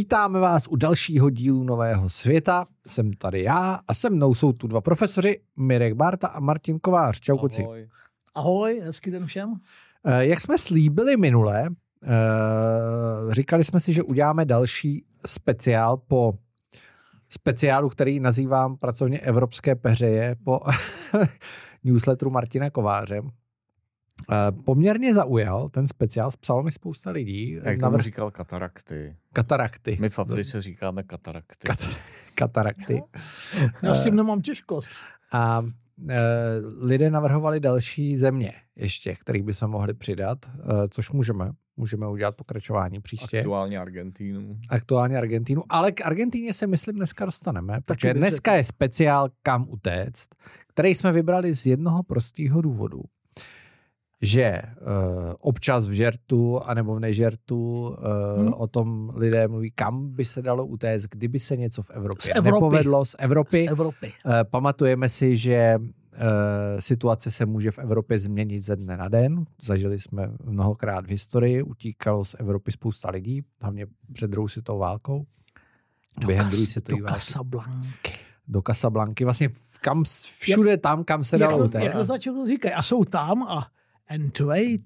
Vítáme vás u dalšího dílu Nového světa. Jsem tady já a se mnou jsou tu dva profesoři, Mirek Bárta a Martin Kovář. Čau, kluci. Ahoj, hezký den všem. Jak jsme slíbili minule, říkali jsme si, že uděláme další speciál po speciálu, který nazývám pracovně Evropské peřeje po newsletteru Martina Kováře. Poměrně zaujal ten speciál, psalo mi spousta lidí. Jak tomu říkal katarakty. Katarakty. My v Africe říkáme katarakty. Katarakty. Já s tím nemám těžkost. A lidé navrhovali další země ještě, kterých by se mohli přidat, což můžeme udělat pokračování příště. Aktuálně Argentínu, ale k Argentíně se myslím dneska dostaneme, protože dneska je speciál Kam utéct, který jsme vybrali z jednoho prostého důvodu, že občas v žertu anebo v nežertu o tom lidé mluví, kam by se dalo utéct, kdyby se něco v Evropě nepovedlo z Evropy. Pamatujeme si, že situace se může v Evropě změnit ze dne na den. Zažili jsme mnohokrát v historii, utíkalo z Evropy spousta lidí, hlavně před druhou světovou válkou. Během druhé světové války. Do Casablanky. Vlastně všude tam, kam se dalo utéct. Jak to začalo říkat, a jsou tam a and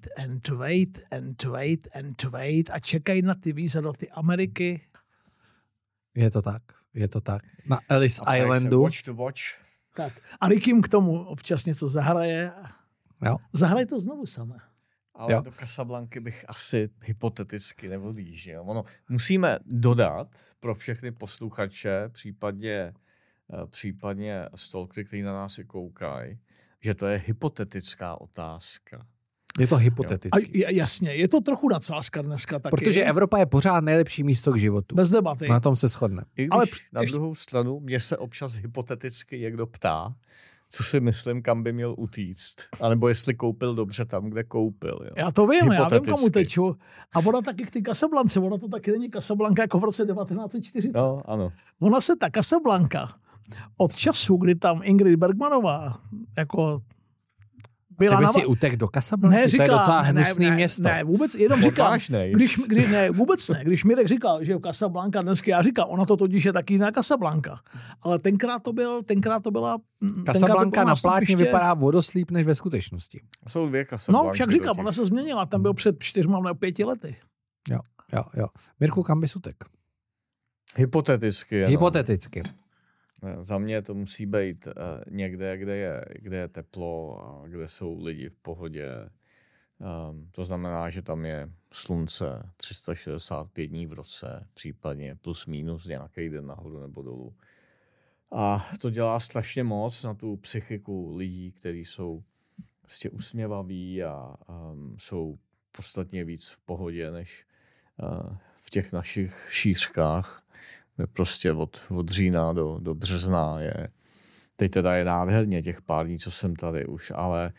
to wait a čekají na ty víza do ty Ameriky. Je to tak. Na Ellis Islandu. Watch to watch. Tak. A Rick jim k tomu občas něco zahraje. Jo. Zahraje to znovu samé. Ale do Casablanky bych asi hypoteticky neodjížděl. Musíme dodat pro všechny posluchače, případně stalkery, který na nás i koukají, že to je hypotetická otázka. Je to hypotetický. Jasně, je to trochu nadsázka dneska taky. Protože Evropa je pořád nejlepší místo k životu. Bez debaty. Na tom se shodne. I když ale na druhou stranu mě se občas hypoteticky někdo ptá, co si myslím, kam by měl utíct. A nebo jestli koupil dobře tam, kde koupil. Jo. Já to vím, komu teču. A ona taky k ty Casablance, ona to taky není Casablanca jako v roce 1940. No, ano. Ona se ta Casablanca od času, kdy tam Ingrid Bergmanová jako byla ty by si utek do Casablanky? To je docela hnusný město. Ne, vůbec, jenom říkám, když Mirek říkal, že v Casablanca dneska, já říkal, ona to totiž je taky jiná Casablanca. Ale tenkrát to byla Casablanca na plátně vypadá vodoslíp než ve skutečnosti. Jsou dvě Casablanky. No, však říkám, ona se změnila, tam byl před 4 nebo 5 lety. Jo. Mirku, kam bys utek? Hypoteticky. Hypoteticky. Za mě to musí být někde, kde je teplo a kde jsou lidi v pohodě. To znamená, že tam je slunce 365 dní v roce, případně plus minus nějaký den nahoru nebo dolů. A to dělá strašně moc na tu psychiku lidí, kteří jsou prostě usměvaví a jsou podstatně víc v pohodě než v těch našich šířkách. Prostě od října do března je. Teď teda je nádherně těch pár dní, co jsem tady už, ale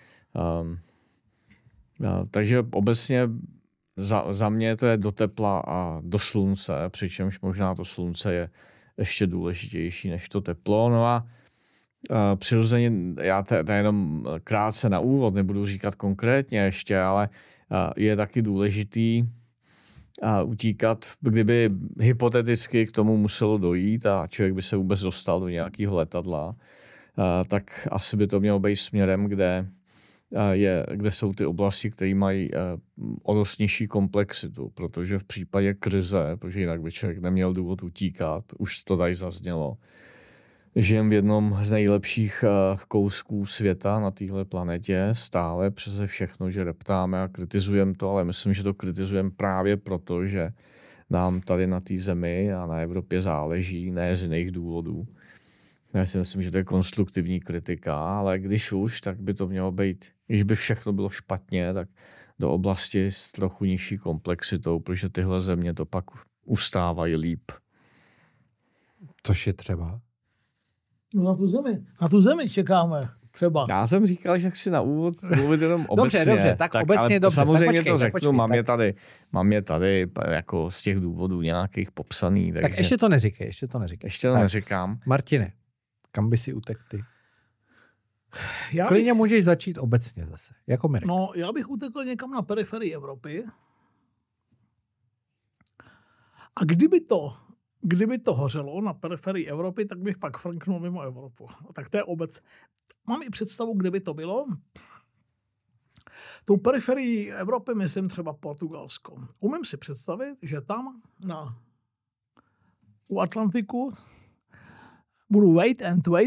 takže obecně za mě to je do tepla a do slunce, přičemž možná to slunce je ještě důležitější než to teplo. No a přirozeně, já to jenom krátce na úvod, nebudu říkat konkrétně ještě, ale je taky důležitý a utíkat, kdyby hypoteticky k tomu muselo dojít a člověk by se vůbec dostal do nějakého letadla, tak asi by to mělo být směrem, kde jsou ty oblasti, které mají o dost nižší komplexitu, protože v případě krize, protože jinak by člověk neměl důvod utíkat, už to tady zaznělo, žijem v jednom z nejlepších kousků světa na téhle planetě, stále přeze všechno, že reptáme a kritizujeme to, ale myslím, že to kritizujeme právě proto, že nám tady na té zemi a na Evropě záleží, ne z jiných důvodů. Já si myslím, že to je konstruktivní kritika, ale když už, tak by to mělo být, když by všechno bylo špatně, tak do oblasti s trochu nižší komplexitou, protože tyhle země to pak ustávají líp. Což je třeba? No na tu zemi čekáme třeba. Já jsem říkal, že chci na úvod mluvit jenom obecně. Dobře, tak obecně dobře. Samozřejmě to řeknu, mám je tady jako z těch důvodů nějakých popsaný. Tak ještě to neříkej. Ještě to neříkám. Martine, kam by si utekl ty? Klidně můžeš začít obecně zase, jako Mirek. No, já bych utekl někam na periferii Evropy. A kdyby to kdyby to hořelo na periferii Evropy, tak bych pak frknul mimo Evropu. Tak to je obec. Mám i představu, kdyby to bylo. Tou periferií Evropy myslím třeba Portugalsko. Umím si představit, že tam u Atlantiku budu wait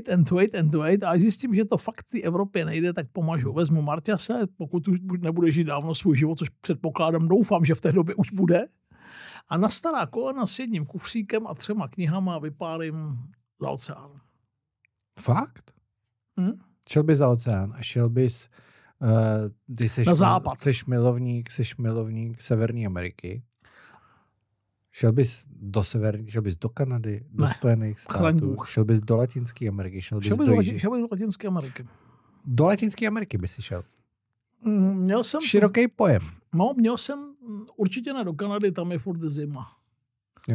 a až zjistím, že to fakt v Evropě nejde, tak pomažu. Vezmu Marťase, pokud už nebude žít dávno svůj život, což předpokládám, doufám, že v té době už bude. A na stará kolena s jedním kufříkem a 3 knihama vypálím za oceán. Fakt? Šel bys za oceán a šel bys ty na západ. Seš milovník Severní Ameriky. Šel bys do Kanady, do Spojených států, šel bys do Latinské Ameriky, šel bys do Latinské Ameriky. Do Latinské Ameriky bys si šel. Měl jsem široký pojem. No, měl jsem určitě ne do Kanady, tam je furt zima. Jo.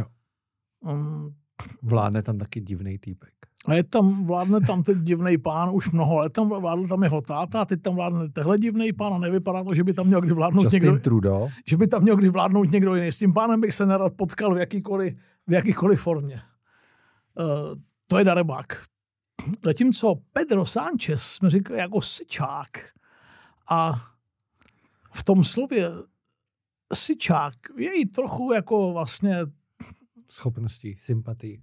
Vládne tam taky divnej týpek. Vládne tam teď divnej pán už mnoho let, vládl tam jeho táta a teď tam vládne tehle divnej pán a nevypadá to, že by tam měl kdy vládnout Justin Trudeau. Že by tam měl kdy vládnout někdo jiný. S tím pánem bych se nerad potkal v jakýkoliv formě. To je darebák. Zatímco Pedro Sánchez jsme říkali jako syčák a v tom slově syčák je i trochu jako vlastně schopností, sympatii.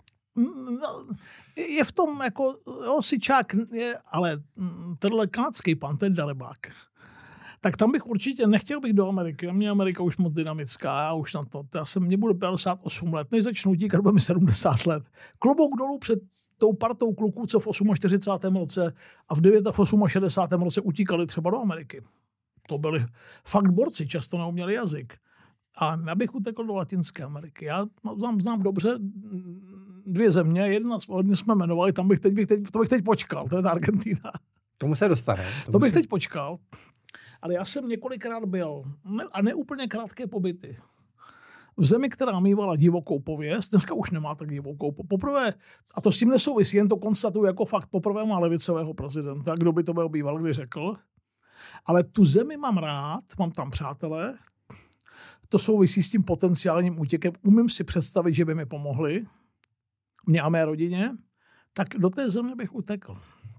Je v tom jako, syčák je, ale tenhle kanadský pán, ten darebák. Tak tam bych určitě, nechtěl bych do Ameriky, mě Amerika už moc dynamická, já už na to, mě bude 58 let, než začnu díkat, bude mi 70 let. Klobouk dolů před tou partou kluků, co v 48. roce a v 68. roce utíkali třeba do Ameriky. To byli fakt borci, často neuměli jazyk. A já bych utekl do Latinské Ameriky. Já znám dobře 2 země, jedna jsme jmenovali, to bych teď počkal, to je ta Argentina. Tomu se dostane. To bych teď počkal. Ale já jsem několikrát byl, a ne úplně krátké pobyty, v zemi, která mývala divokou pověst, dneska už nemá tak divokou. Poprvé, a to s tím nesouvisí, jen to konstatuju jako fakt, poprvé má levicového prezidenta, kdo by to byl býval, kdy řekl. Ale tu zemi mám rád, mám tam přátelé, to souvisí s tím potenciálním útěkem. Umím si představit, že by mi pomohli, mě a mé rodině, tak do té země bych utekl.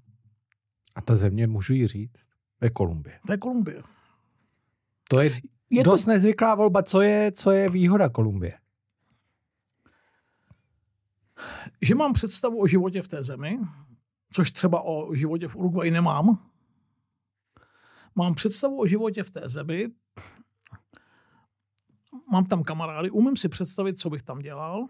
A ta země, můžu jí říct, je Kolumbie. To je Kolumbie. To je dost nezvyklá volba. Co je výhoda Kolumbie? Že mám představu o životě v té zemi, což třeba o životě v Uruguayi nemám. Mám představu o životě v té zemi, mám tam kamarády, umím si představit, co bych tam dělal.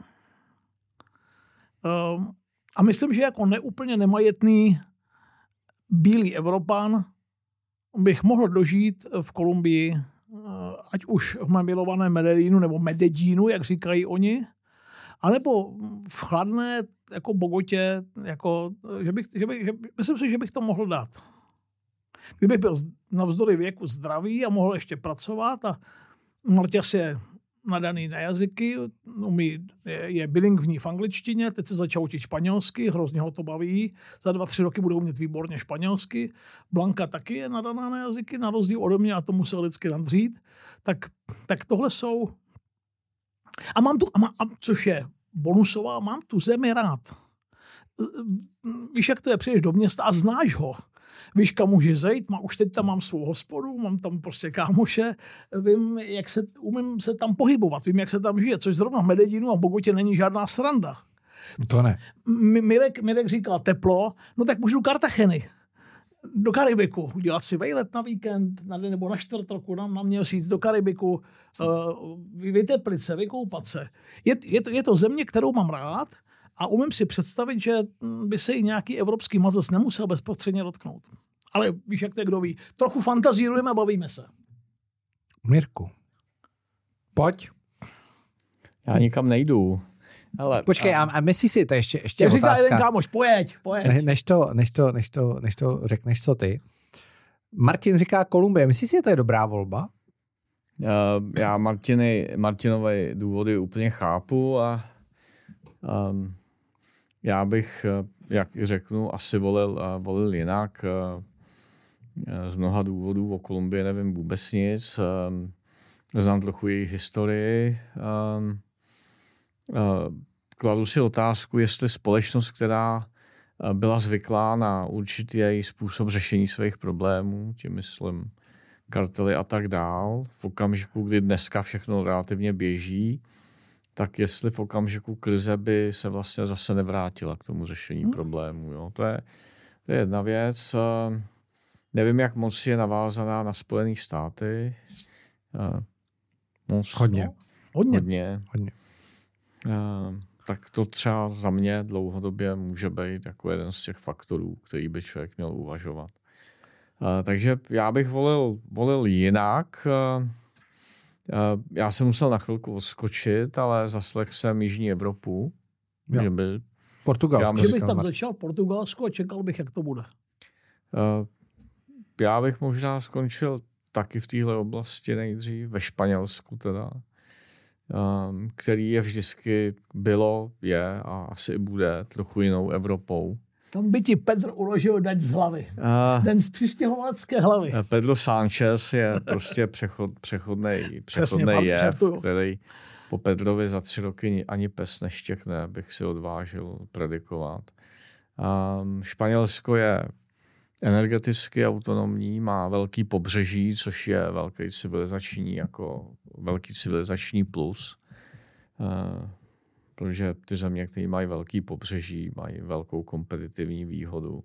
A myslím, že jako neúplně nemajetný bílý Evropan bych mohl dožít v Kolumbii, ať už v mém milovaném Medellínu nebo Medellínu, jak říkají oni, anebo v chladné jako Bogotě, jako, myslím si, že bych to mohl dát. Kdybych byl navzdory věku zdravý a mohl ještě pracovat a Marťas je nadaný na jazyky, je bilingvní v angličtině, teď se začal učit španělsky, hrozně ho to baví, za 2-3 roky bude umět výborně španělsky, Blanka taky je nadaná na jazyky, na rozdíl ode mě a to musel vždycky nadřít, tak tohle jsou, což je bonusová, mám tu zemi rád. Víš, jak to je, přijdeš do města a znáš ho. Víš, kam můžeš zajít, už teď tam mám svou hospodu, mám tam prostě kámoše, umím se tam pohybovat, vím, jak se tam žije, což zrovna v Medellínu a Bogotě není žádná sranda. To ne. Mirek říkal teplo, no tak můžu do Cartageny, do Karibiku, udělat si vejlet na víkend, nebo na 4 roku, na měsíc do Karibiku, vyteplit se, vykoupat se. Je to země, kterou mám rád, a umím si představit, že by se jí nějaký evropský mazec nemusel bezprostředně dotknout. Ale víš, jak to je, kdo ví. Trochu fantazírujeme a bavíme se. Mirku, pojď. Já nikam nejdu. Ale, počkej, a myslíš si, to ještě otázka. Říká jeden kámoš, pojď. Než to řekneš, co ty. Martin říká Kolumbie. Myslíš si, že to je dobrá volba? Já Martinové důvody úplně chápu a já bych, jak řeknu, asi volil jinak. Z mnoha důvodů o Kolumbii nevím vůbec nic. Znám trochu jejich historii. kladu si otázku, jestli společnost, která byla zvyklá na určitý způsob řešení svých problémů, tím myslím kartely a tak dál, v okamžiku, kdy dneska všechno relativně běží, tak jestli v okamžiku krize by se vlastně zase nevrátila k tomu řešení problémů. Jo? To je jedna věc. Nevím, jak moc je navázaná na Spojené státy. Hodně. Tak to třeba za mě dlouhodobě může být jako jeden z těch faktorů, který by člověk měl uvažovat. Takže já bych volil jinak. Já jsem musel na chvilku odskočit, ale zaslechl jsem Jižní Evropu. Že by, Portugalsko. Že bych tam začal Portugalsko a čekal bych, jak to bude. Já bych možná skončil taky v téhle oblasti nejdřív, ve Španělsku teda, který je vždycky je a asi i bude trochu jinou Evropou. Tam by ti Pedro uložil dať z hlavy. Den z přistěhovalecké hlavy. Pedro Sánchez je prostě přechodnej jev, který po Pedrovi za 3 roky ani pes neštěkne, bych si odvážil predikovat. Španělsko je energeticky autonomní, má velký pobřeží, což je velký civilizační plus. Protože ty země, které mají velký pobřeží, mají velkou kompetitivní výhodu.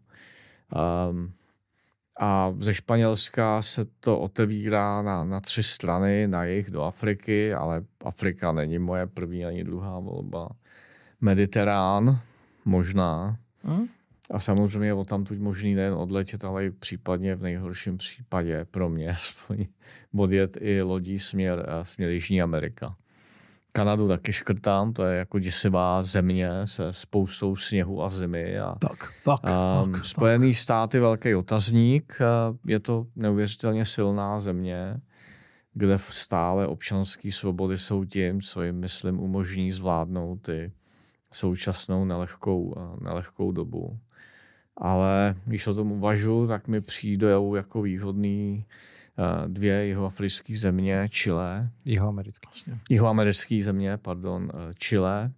A ze Španělska se to otevírá na 3 strany, na jih do Afriky, ale Afrika není moje první ani druhá volba. Mediterán možná. A samozřejmě odtamtud možný nejen odletět, ale i případně v nejhorším případě pro mě aspoň odjet i lodí směr Jižní Amerika. Kanadu taky škrtám, to je jako děsivá země se spoustou sněhu a zimy. Spojené státy velký otazník. Je to neuvěřitelně silná země, kde stále občanské svobody jsou tím, co jim, myslím, umožní zvládnout ty současnou nelehkou dobu. Ale když o tom uvažuji, tak mi přijdou jako výhodný 2 jihoafrické země, Chile. Jihoamerické země, Chile.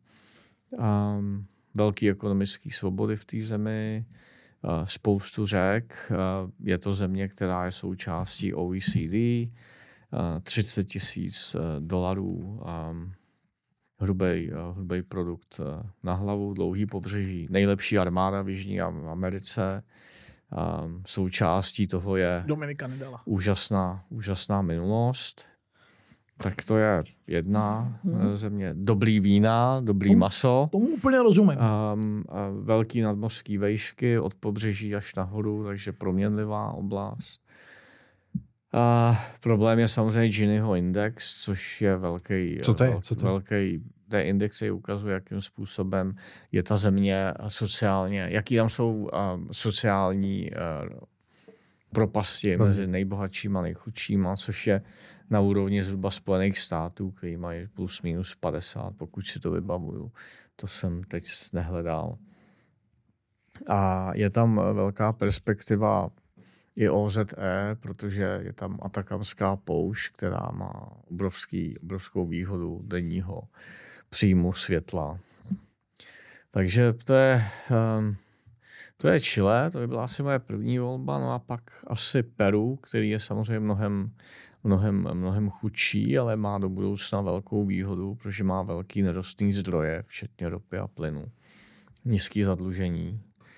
Velký ekonomický svobody v té zemi, spoustu řek. Je to země, která je součástí OECD, $30,000 hrubý produkt na hlavu, dlouhý pobřeží, nejlepší armáda v Jižní Americe. Součástí toho je úžasná minulost. Tak to je jedna země. Dobrý vína, dobrý maso. Tomu úplně rozumím. Velký nadmořský vejšky od pobřeží až nahoru, takže proměnlivá oblast. Problém je samozřejmě Giniho index, což je velký. Co to je? Té indexy ukazuje, jakým způsobem je ta země sociálně, jaký tam jsou sociální propasti mezi nejbohatšíma a nejchudšíma, což je na úrovni zhruba Spojených států, který mají plus minus 50, pokud si to vybavuju. To jsem teď nehledal. A je tam velká perspektiva i OZE, protože je tam Atakamská poušť, která má obrovskou výhodu denního příjmu světla. Takže to je Chile, to by byla asi moje první volba, no a pak asi Peru, který je samozřejmě mnohem chudší, ale má do budoucna velkou výhodu, protože má velký nerostný zdroje, včetně ropy a plynu. Nízký zadlužení.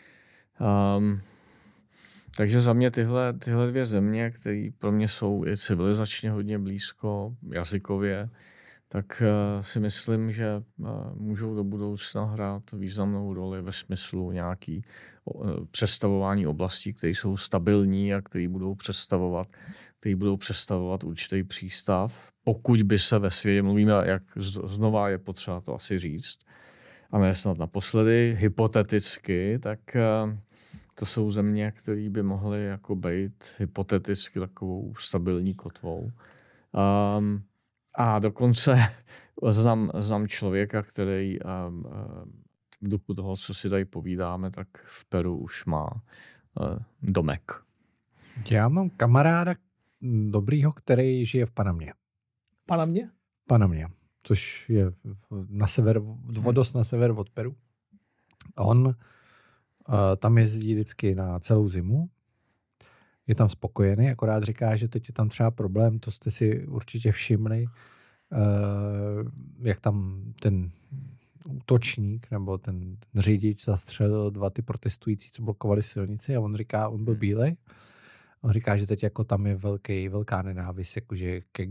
Takže za mě tyhle 2 země, které pro mě jsou i civilizačně hodně blízko, jazykově, tak si myslím, že můžou do budoucna hrát významnou roli ve smyslu nějaký představování oblastí, které jsou stabilní a které budou představovat určitý přístav. Pokud by se ve světě, mluvíme, jak znova je potřeba to asi říct, a ne snad naposledy, hypoteticky, tak to jsou země, které by mohly jako být hypoteticky takovou stabilní kotvou. A dokonce znám člověka, který v duchu toho, co si tady povídáme, tak v Peru už má domek. Já mám kamaráda dobrýho, který žije v Panamě. Panamě? Panamě. což je dost na sever od Peru. On tam jezdí vždycky na celou zimu. Je tam spokojený, akorát říká, že teď je tam třeba problém, to jste si určitě všimli, jak tam ten útočník nebo ten řidič zastřelil 2 ty protestující, co blokovali silnici a on říká, on byl bílej. On říká, že teď jako tam je velká nenávist, jakože ke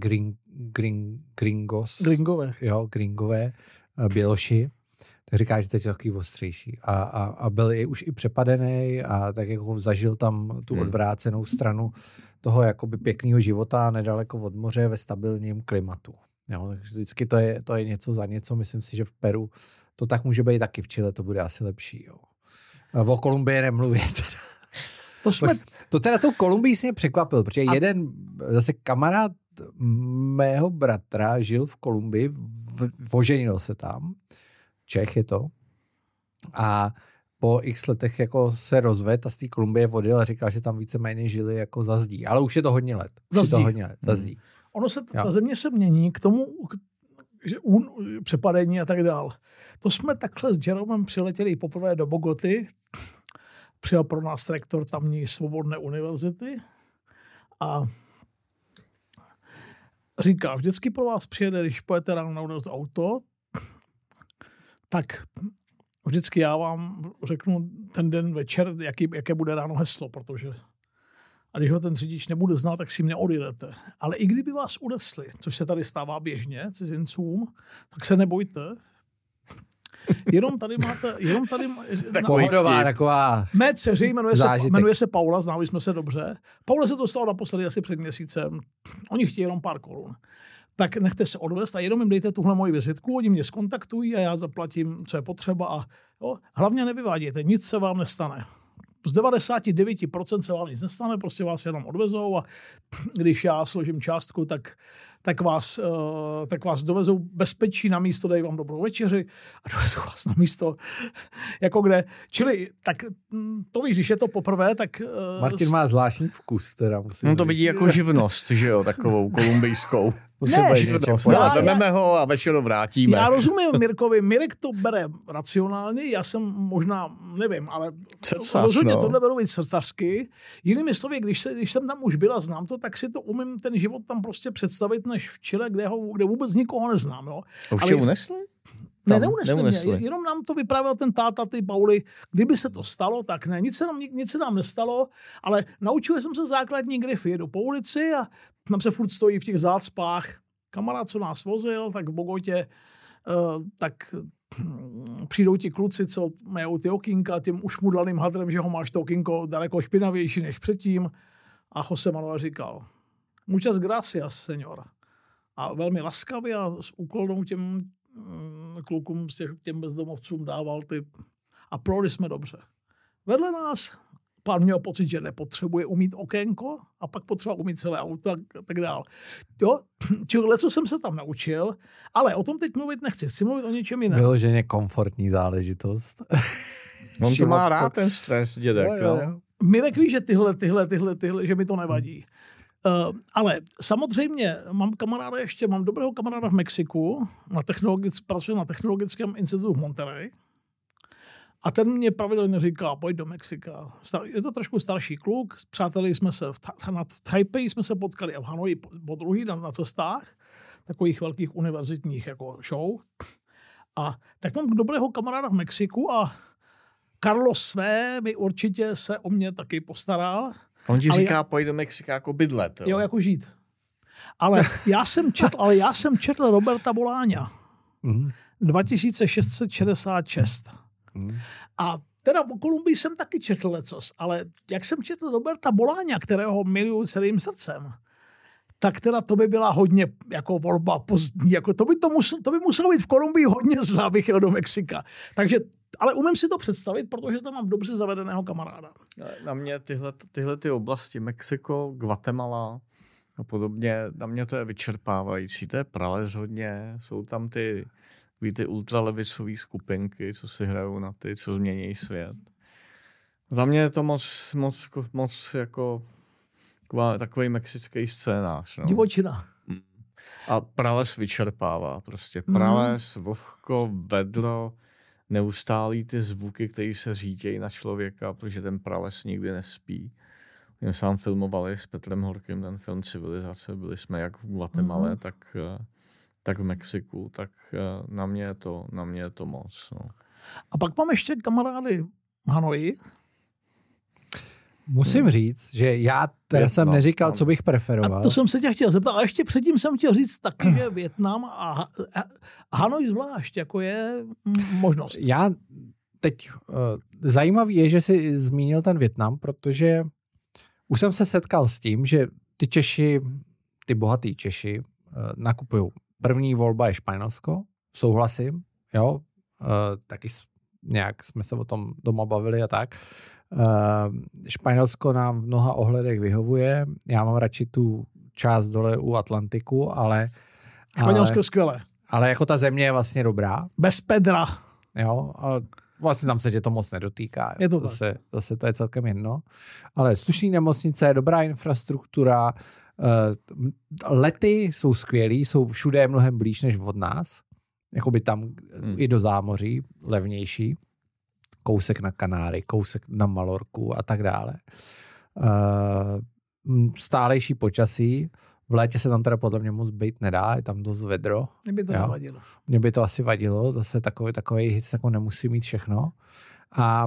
gringové, běloši. Tak říká, že teď je takový ostřejší. A byl už i přepadený a tak jako zažil tam tu odvrácenou stranu toho jakoby pěkného života nedaleko od moře ve stabilním klimatu. Jo, takže vždycky to je něco za něco. Myslím si, že v Peru to tak může být taky, v Chile to bude asi lepší. Jo. O Kolumbii nemluvě. To teda tou Kolumbii si mě překvapil, protože jeden zase kamarád mého bratra žil v Kolumbii, oženil se tam, Čech je to, a po x letech jako se rozvedl a z té Kolumbie odjel a říkal, že tam víceméně žili jako za zdí. Ale už je to hodně let. Za zdí. Ono se, ta země se mění k tomu, že přepadení a tak dál. To jsme takhle s Jeromem přiletěli poprvé do Bogoty. Přijel pro nás rektor tamní Svobodné univerzity a říká, vždycky pro vás přijede, když pojete ráno na univerzitu auto, tak vždycky já vám řeknu ten den večer, jaké bude ráno heslo, protože a když ho ten řidič nebude znát, tak si mě odjedete. Ale i kdyby vás unesli, což se tady stává běžně cizincům, tak se nebojte. Jenom tady taková mé dceři jmenuje se Paula, ználi jsme se dobře. Paula se to stalo naposledy asi před měsícem. Oni chtějí jenom pár korun. Tak nechte se odvést a jenom jim dejte tuhle moji vizitku, oni mě skontaktují a já zaplatím, co je potřeba. A hlavně nevyvádějte, nic se vám nestane. Z 99% se vám nic nestane, prostě vás jenom odvezou a když já složím částku, tak vás dovezou bezpečí na místo, dají vám dobrou večeři a dovezou vás na místo, jako kde. Čili, tak to víš, když je to poprvé, tak... Martin má zvláštní vkus, teda musím No to vidí jako živnost, že jo, takovou kolumbijskou. Vezmeme ho a večer vrátíme. Já rozumím Mirkovi. Mirek to bere racionálně, já jsem možná, nevím, ale rozhodně tohle beru víc srdcařsky. Jinými slovy, když jsem tam už byla, znám to, tak si to umím ten život tam prostě představit, než v Chile, kde vůbec nikoho neznám. Jo. A už tě unesli? Ne, neunesli mě. Jenom nám to vyprávěl ten táta, ty Pauly. Kdyby se to stalo, tak ne. Nic se nám nestalo, ale naučil jsem se základní grify. Jedu po ulici a tam se furt stojí v těch zácpách. Kamarád, co nás vozil, tak v Bogotě, tak přijdou ti kluci, co mají ty okýnka tím ušmudlaným hadrem, že ho máš to okýnko daleko špinavější než předtím. A Jose Manuel říkal, muchas gracias, señor. A velmi laskavě a s úklonou těm klukům, těm bezdomovcům dával ty a projeli jsme dobře. Vedle nás pán měl pocit, že nepotřebuje umít okénko a pak potřeba umít celé auto a tak dál. Jo, čili co jsem se tam naučil, ale o tom teď mluvit nechci, chci mluvit o něčem jiném. Vyloženě komfortní záležitost. On to má rád ten stres, dědek. Jo. Mirek ví, že tyhle, že mi to nevadí. Ale samozřejmě mám dobrého kamaráda v Mexiku, pracuje na Technologickém institutu v Monterrey a ten mě pravidelně říká, pojď do Mexika. Je to trošku starší kluk, přátelili jsme se v Taipei, jsme se potkali a v Hanoji po druhý na cestách, takových velkých univerzitních jako show. A tak mám dobrého kamaráda v Mexiku a Carlos Své by určitě se o mě taky postaral. On ti říká, pojď do Mexika jako bydlet. Jo, jako žít. Ale já jsem četl Roberta Boláňa. 2666. A teda o Kolumbii jsem taky četl lecos, ale jak jsem četl Roberta Boláňa, kterého miluju celým srdcem, tak teda to by byla hodně jako volba pozdní. Jako to by muselo být v Kolumbii hodně zlá, abych jel do Mexika. Takže ale umím si to představit, protože tam mám dobře zavedeného kamaráda. Na mě tyhle ty oblasti, Mexiko, Guatemala a podobně, na mě to je vyčerpávající. To je prales hodně, jsou tam ty ultralevicové skupinky, co si hrajou na ty, co změní svět. Za mě je to moc jako takový mexický scénář. No. Divočina. A prales vyčerpává prostě. Prales, vlhko, vedro, neustálí ty zvuky, které se řídějí na člověka, protože ten prales nikdy nespí. My jsme vám filmovali s Petrem Horkým ten film Civilizace. Byli jsme jak v Guatemala, tak v Mexiku. Tak na mě je to moc. No. A pak mám ještě kamarády v Hanoji. Musím říct, že já teda jsem neříkal, co bych preferoval. A to jsem se tě chtěl zeptat, ale ještě předtím jsem chtěl říct taky, že Vietnam a Hanoj zvlášť, jako je možnost. Já teď, zajímavý je, že jsi zmínil ten Vietnam, protože už jsem se setkal s tím, že ty Češi, ty bohatý Češi nakupují. První volba je Španělsko, souhlasím, jo, taky nějak jsme se o tom doma bavili a tak. Španělsko nám v mnoha ohledech vyhovuje. Já mám radši tu část dole u Atlantiku, ale... Španělsko je skvělé. Ale jako ta země je vlastně dobrá. Bez Pedra. Jo, a vlastně tam se tě to moc nedotýká. Je to zase to je celkem jedno. Ale slušný nemocnice, dobrá infrastruktura, lety jsou skvělý, jsou všude mnohem blíž než od nás. Jakoby tam i do zámoří, levnější. Kousek na Kanáry, kousek na Malorku a tak dále. Stálejší počasí. V létě se tam teda podle mě moc být nedá, je tam dost vedro. Mě by to nevadilo. Mně by to asi vadilo, zase takový hic jako nemusí mít všechno. A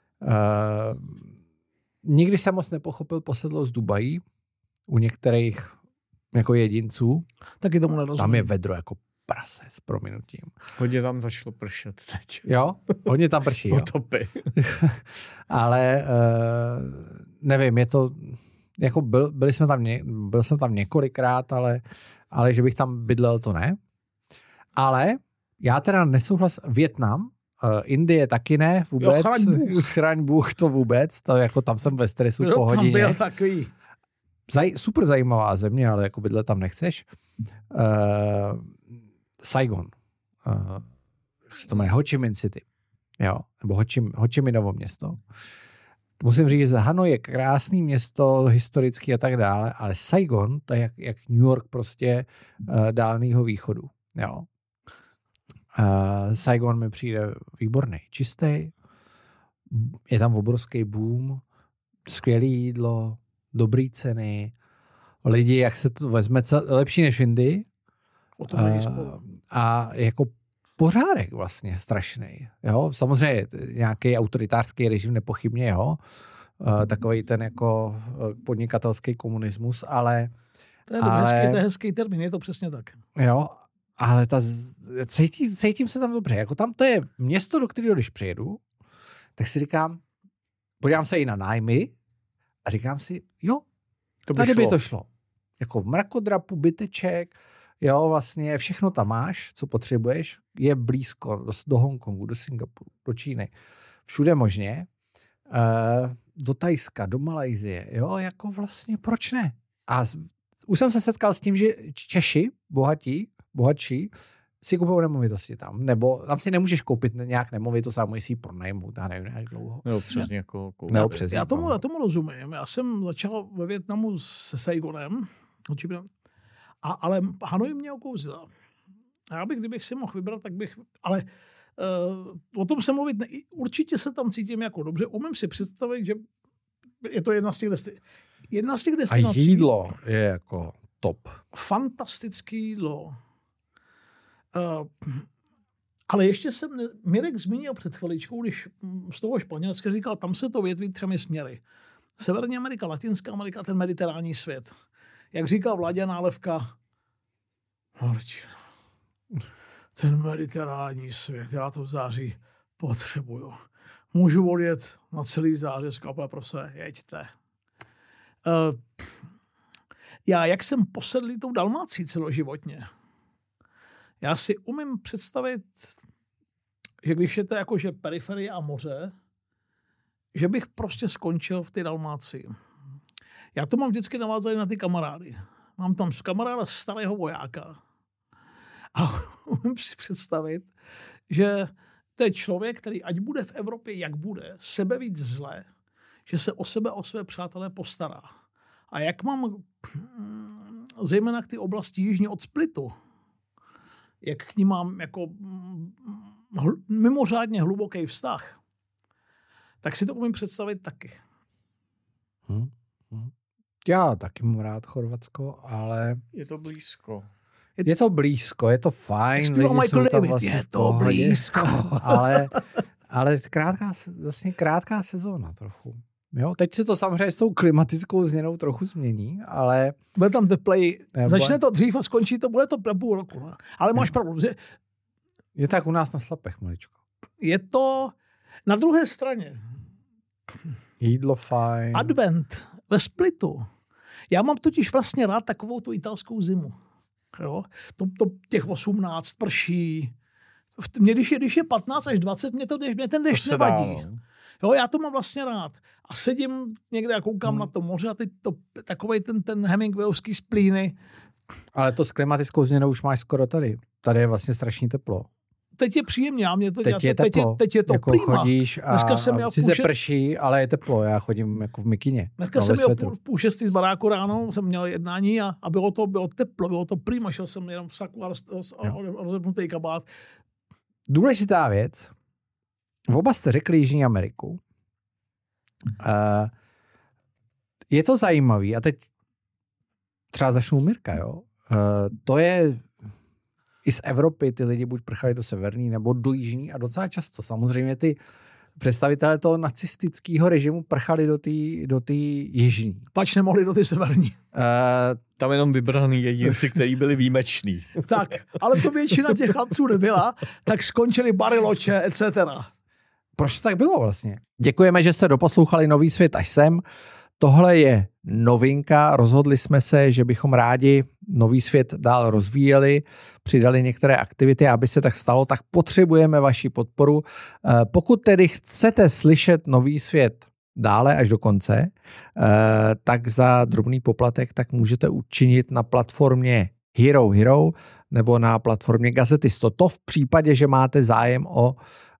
nikdy jsem moc nepochopil posedlost Dubají u některých jako jedinců. Taky tomu nerozumím. Tam je vedro jako prase s prominutím. Hodně tam začalo pršet teď. Jo? Hodně tam prší, jo. Potopy. Ale nevím, je to jako byl jsem tam několikrát, ale že bych tam bydlel, to ne. Ale já teda nesouhlas Vietnam, Indie taky ne vůbec. Jo, chraň Bůh to vůbec. To jako tam jsem ve stresu po hodině. Tam byl takový. Super zajímavá země, ale jako bydlet tam nechceš. Saigon. Jak se to jmenuje? Ho Chi Minh City. Jo, nebo Ho Chi Minovo město. Musím říct, že Hanoj je krásný město, historický a tak dále, ale Saigon, to je jak New York prostě Dálného východu. Jo. Saigon mi přijde výborný, čistý, je tam obrovský boom, skvělé jídlo, dobrý ceny, lidi, jak se to vezme, lepší než v Indii. A jako pořádek vlastně strašný. Jo? Samozřejmě nějaký autoritářský režim nepochybně, jo. Takový ten jako podnikatelský komunismus, ale... To je hezký termín, je to přesně tak. Jo, ale cítím se tam dobře. Jako tam to je město, do kterého když přijedu, tak si říkám, podívám se i na nájmy a říkám si, jo, tady by to šlo. Jako v mrakodrapu, byteček, jo, vlastně všechno tam máš, co potřebuješ, je blízko do Hongkongu, do Singapuru, do Číny, všude možně, do Thajska, do Malajsie, jo, jako vlastně proč ne? A už jsem se setkal s tím, že Češi, bohatší, si kupují nemovitosti tam, nebo tam si nemůžeš koupit nějak nemovitost, ale musí pronajmout, já nevím, jak dlouho. Nebo přes někoho. Já tomu rozumím, já jsem začal ve Vietnamu se Saigonem, ale Hanoj mě okouzila. Já bych, kdybych si mohl vybrat, tak bych, ale o tom se mluvit, určitě se tam cítím jako dobře. Umím si představit, že je to jedna z těch destinací. A jídlo je jako top. Fantastické jídlo. Ale ještě jsem, Mirek zmínil před chviličkou, když z toho Španělska říkal, tam se to větví 3 směry. Severní Amerika, Latinská Amerika, ten mediterální svět. Jak říká Vláďa Nálevka, Martin, ten mediterální svět, já to v září potřebuju. Můžu odjet na celý září, sklápá prose, jeďte. Já, jak jsem posedlý tou Dalmácí celoživotně, já si umím představit, že když je to jakože periferie a moře, že bych prostě skončil v té Dalmácii. Já to mám vždycky navázané na ty kamarády. Mám tam kamaráda starého vojáka. A umím si představit, že to je člověk, který ať bude v Evropě, jak bude, sebe víc zle, že se o sebe, o své přátelé postará. A jak mám zejména k ty oblasti jižně od Splitu, jak k ním mám jako mimořádně hluboký vztah, tak si to umím představit taky. Já taky mám rád Chorvatsko, ale... Je to blízko. Je to blízko, je to fajn. Michael David, vlastně je to blízko. ale krátká sezóna trochu. Jo, teď se to samozřejmě s tou klimatickou změnou trochu změní, ale... Bude tam teplej, začne to dřív a skončí to, bude to půl roku. Ne? Ale máš pravdu. Je tak u nás na Slapech, maličko. Je to na druhé straně. Jídlo fajn. Advent ve Splitu. Já mám totiž vlastně rád takovou tu italskou zimu. Jo? To těch 18 prší. Když je 15 až 20, mě ten déšť nevadí. Jo, já to mám vlastně rád. A sedím někde a koukám na to moře a teď takovej ten Hemingwayovský splíny. Ale to s klimatickou změnou už máš skoro tady. Tady je vlastně strašně teplo. Teď je příjemně, a mě to teď je teplo. Teď je to jako prima. Chodíš a sice prší, ale je teplo. Já chodím jako v mikině. Dneska jsem měl v 5:30 z baráku ráno, jsem měl jednání a bylo teplo, bylo to prima, šel jsem jenom v saku a rozepnutý kabát. Důležitá věc. Oba jste řekli Jižní Ameriku. Je to zajímavý a teď třeba začnu Mirka, jo. To je i z Evropy ty lidi buď prchali do severní nebo do jižní a docela často. Samozřejmě ty představitelé toho nacistického režimu prchali do té jižní. Pač nemohli do ty severní. Tam jenom vybraný jedinci, kteří byli výjimeční. Tak, ale to většina těch chlapců nebyla, tak skončili Bariloche, etc. Proč to tak bylo vlastně? Děkujeme, že jste doposlouchali Nový svět až sem. Tohle je novinka. Rozhodli jsme se, že bychom rádi Nový svět dál rozvíjeli, přidali některé aktivity, aby se tak stalo, tak potřebujeme vaši podporu. Pokud tedy chcete slyšet Nový svět dále až do konce, tak za drobný poplatek tak můžete učinit na platformě Hero nebo na platformě Gazetisto. To v případě, že máte zájem o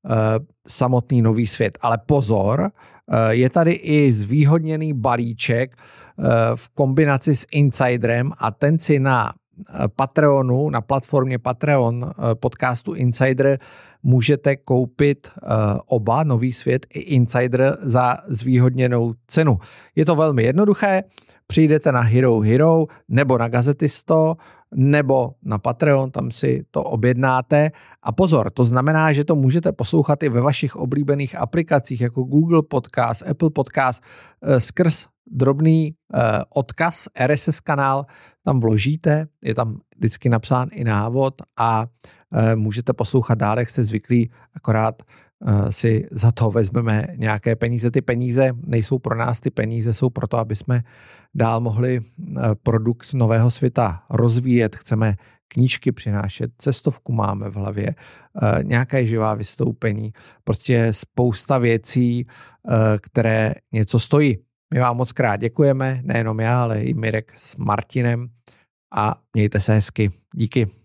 samotný Nový svět. Ale pozor, je tady i zvýhodněný balíček v kombinaci s Insiderem a ten si na Patreonu, na platformě Patreon podcastu Insider můžete koupit oba, Nový svět i Insider, za zvýhodněnou cenu. Je to velmi jednoduché, přijdete na Hero nebo na Gazetisto nebo na Patreon, tam si to objednáte. A pozor, to znamená, že to můžete poslouchat i ve vašich oblíbených aplikacích jako Google Podcast, Apple Podcast, skrz drobný odkaz, RSS kanál, tam vložíte, je tam vždycky napsán i návod a můžete poslouchat dál, jak jste zvyklí, akorát si za to vezmeme nějaké peníze. Ty peníze nejsou pro nás, ty peníze jsou pro to, aby jsme dál mohli produkt Nového světa rozvíjet. Chceme knížky přinášet, cestovku máme v hlavě, nějaké živá vystoupení, prostě spousta věcí, které něco stojí. My vám moc krát děkujeme, nejenom já, ale i Mirek s Martinem a mějte se hezky. Díky.